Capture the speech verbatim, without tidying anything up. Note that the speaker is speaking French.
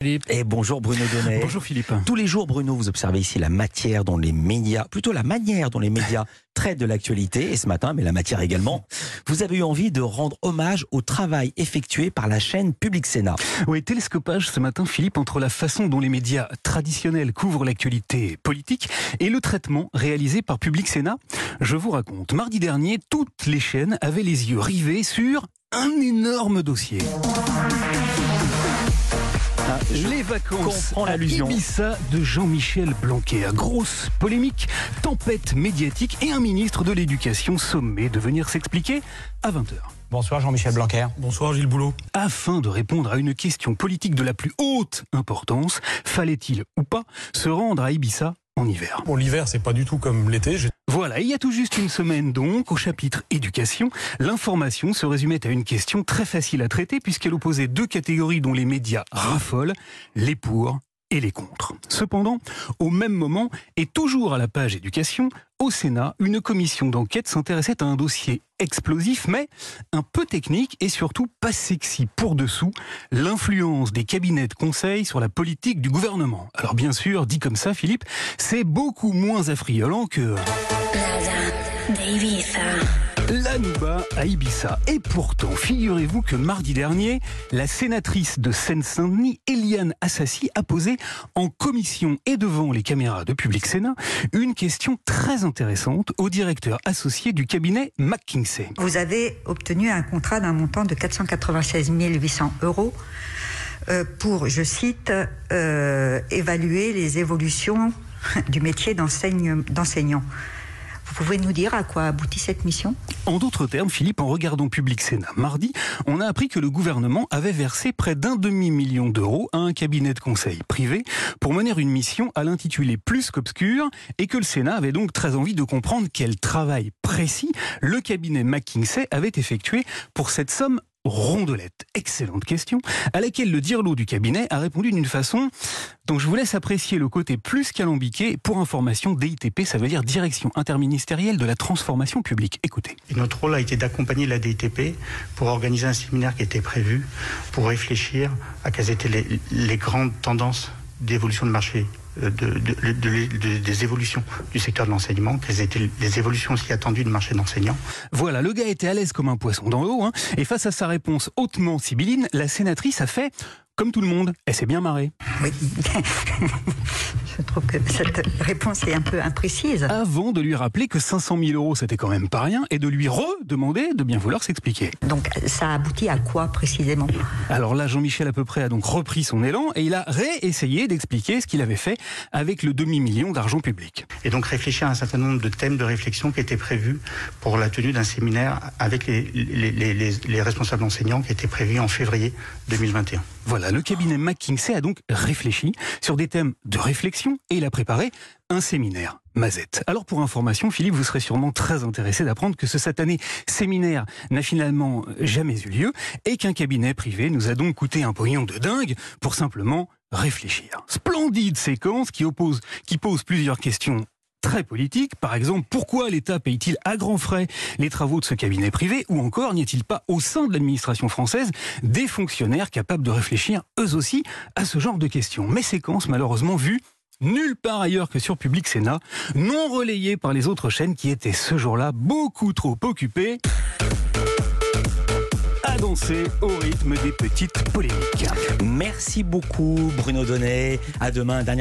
Philippe. Et bonjour Bruno Donnet. Bonjour Philippe. Tous les jours, Bruno, vous observez ici la matière dont les médias, plutôt la manière dont les médias traitent de l'actualité, et ce matin, mais la matière également. Vous avez eu envie de rendre hommage au travail effectué par la chaîne Public Sénat. Oui, télescopage ce matin, Philippe, entre la façon dont les médias traditionnels couvrent l'actualité politique et le traitement réalisé par Public Sénat. Je vous raconte, mardi dernier, toutes les chaînes avaient les yeux rivés sur un énorme dossier. Les vacances à Ibiza de Jean-Michel Blanquer. Grosse polémique, tempête médiatique et un ministre de l'Éducation sommé de venir s'expliquer à vingt heures. Bonsoir Jean-Michel Blanquer. Bonsoir Gilles Boulot. Afin de répondre à une question politique de la plus haute importance, fallait-il ou pas se rendre à Ibiza en hiver? Pour l'hiver, c'est pas du tout comme l'été. J'ai... Voilà, il y a tout juste une semaine donc, au chapitre éducation, l'information se résumait à une question très facile à traiter puisqu'elle opposait deux catégories dont les médias raffolent, les pour et les contre. Cependant, au même moment, et toujours à la page éducation, au Sénat, une commission d'enquête s'intéressait à un dossier explosif, mais un peu technique et surtout pas sexy pour dessous, l'influence des cabinets de conseil sur la politique du gouvernement. Alors bien sûr, dit comme ça, Philippe, c'est beaucoup moins affriolant que... La Nouba à Ibiza. Et pourtant, figurez-vous que mardi dernier, la sénatrice de Seine-Saint-Denis, Éliane Assassi, a posé en commission et devant les caméras de Public Sénat une question très intéressante au directeur associé du cabinet McKinsey. Vous avez obtenu un contrat d'un montant de quatre cent quatre-vingt-seize mille huit cents euros euh, pour, je cite, euh, évaluer les évolutions du métier d'enseigne, d'enseignant. Vous pouvez nous dire à quoi aboutit cette mission ? En d'autres termes, Philippe, en regardant Public Sénat mardi, on a appris que le gouvernement avait versé près d'un demi-million d'euros à un cabinet de conseil privé pour mener une mission à l'intitulé plus qu'obscur et que le Sénat avait donc très envie de comprendre quel travail précis le cabinet McKinsey avait effectué pour cette somme rondelette. Excellente question, à laquelle le dirlo du cabinet a répondu d'une façon dont je vous laisse apprécier le côté plus qu'alambiqué. Pour information, D I T P, ça veut dire Direction interministérielle de la transformation publique. Écoutez. Et notre rôle a été d'accompagner la D I T P pour organiser un séminaire qui était prévu pour réfléchir à quelles étaient les, les grandes tendances d'évolution de marché, de, de, de, de, de, des évolutions du secteur de l'enseignement, quelles étaient les évolutions aussi attendues du marché d'enseignants. Voilà, le gars était à l'aise comme un poisson dans l'eau, hein, et face à sa réponse hautement sibylline, la sénatrice a fait comme tout le monde. Elle s'est bien marrée. Oui. Je trouve que cette réponse est un peu imprécise. Avant de lui rappeler que cinq cent mille euros, c'était quand même pas rien, et de lui redemander de bien vouloir s'expliquer. Donc, ça aboutit à quoi précisément ? Alors là, Jean-Michel à peu près a donc repris son élan, et il a réessayé d'expliquer ce qu'il avait fait avec le demi-million d'argent public. Et donc réfléchir à un certain nombre de thèmes de réflexion qui étaient prévus pour la tenue d'un séminaire avec les, les, les, les, les responsables enseignants qui était prévu en février deux mille vingt et un. Voilà, le cabinet McKinsey a donc réfléchi sur des thèmes de réflexion et il a préparé un séminaire Mazette. Alors pour information, Philippe, vous serez sûrement très intéressé d'apprendre que ce satané séminaire n'a finalement jamais eu lieu et qu'un cabinet privé nous a donc coûté un pognon de dingue pour simplement réfléchir. Splendide séquence qui, oppose, qui pose plusieurs questions très politique. Par exemple, pourquoi l'État paye-t-il à grands frais les travaux de ce cabinet privé? Ou encore, n'y a-t-il pas au sein de l'administration française des fonctionnaires capables de réfléchir eux aussi à ce genre de questions? Mais séquence malheureusement vue nulle part ailleurs que sur Public Sénat, non relayée par les autres chaînes qui étaient ce jour-là beaucoup trop occupées à danser au rythme des petites polémiques. Merci beaucoup Bruno Donnet. À demain. Dernière